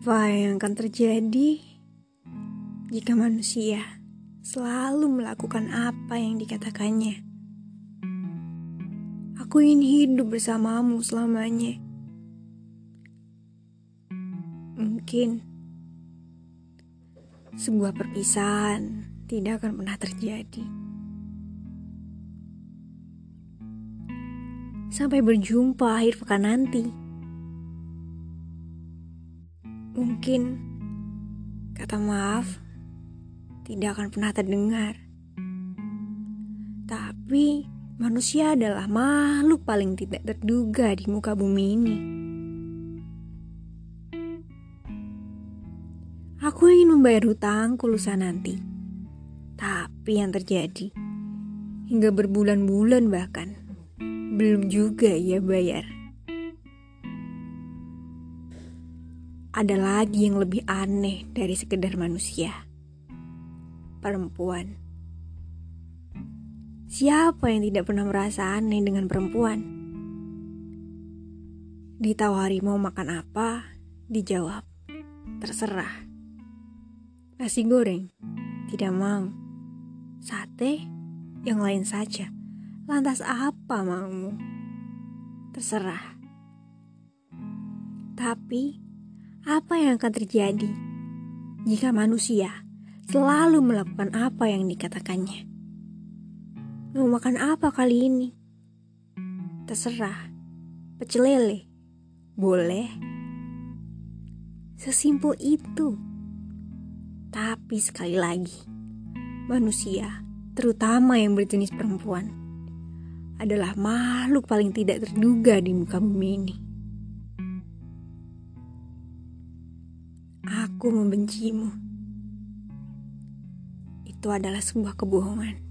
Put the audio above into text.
Apa yang akan terjadi jika manusia selalu melakukan apa yang dikatakannya? Aku ingin hidup bersamamu selamanya. Mungkin sebuah perpisahan tidak akan pernah terjadi. Sampai berjumpa akhir pekan nanti. Mungkin kata maaf tidak akan pernah terdengar. Tapi manusia adalah makhluk paling tidak terduga di muka bumi ini. Aku ingin membayar hutangku lusa nanti. Tapi yang terjadi hingga berbulan-bulan bahkan belum juga ia bayar. Ada lagi yang lebih aneh dari sekedar manusia. Perempuan. Siapa yang tidak pernah merasa aneh dengan perempuan? Ditawari mau makan apa, dijawab, terserah. Nasi goreng, tidak mau. Sate, yang lain saja. Lantas apa maumu? Terserah. Tapi apa yang akan terjadi jika manusia selalu melakukan apa yang dikatakannya? Mau makan apa kali ini? Terserah. Pecel lele? Boleh. Sesimpel itu. Tapi sekali lagi, manusia, terutama yang berjenis perempuan, adalah makhluk paling tidak terduga di muka bumi ini. Aku membencimu. Itu adalah sebuah kebohongan.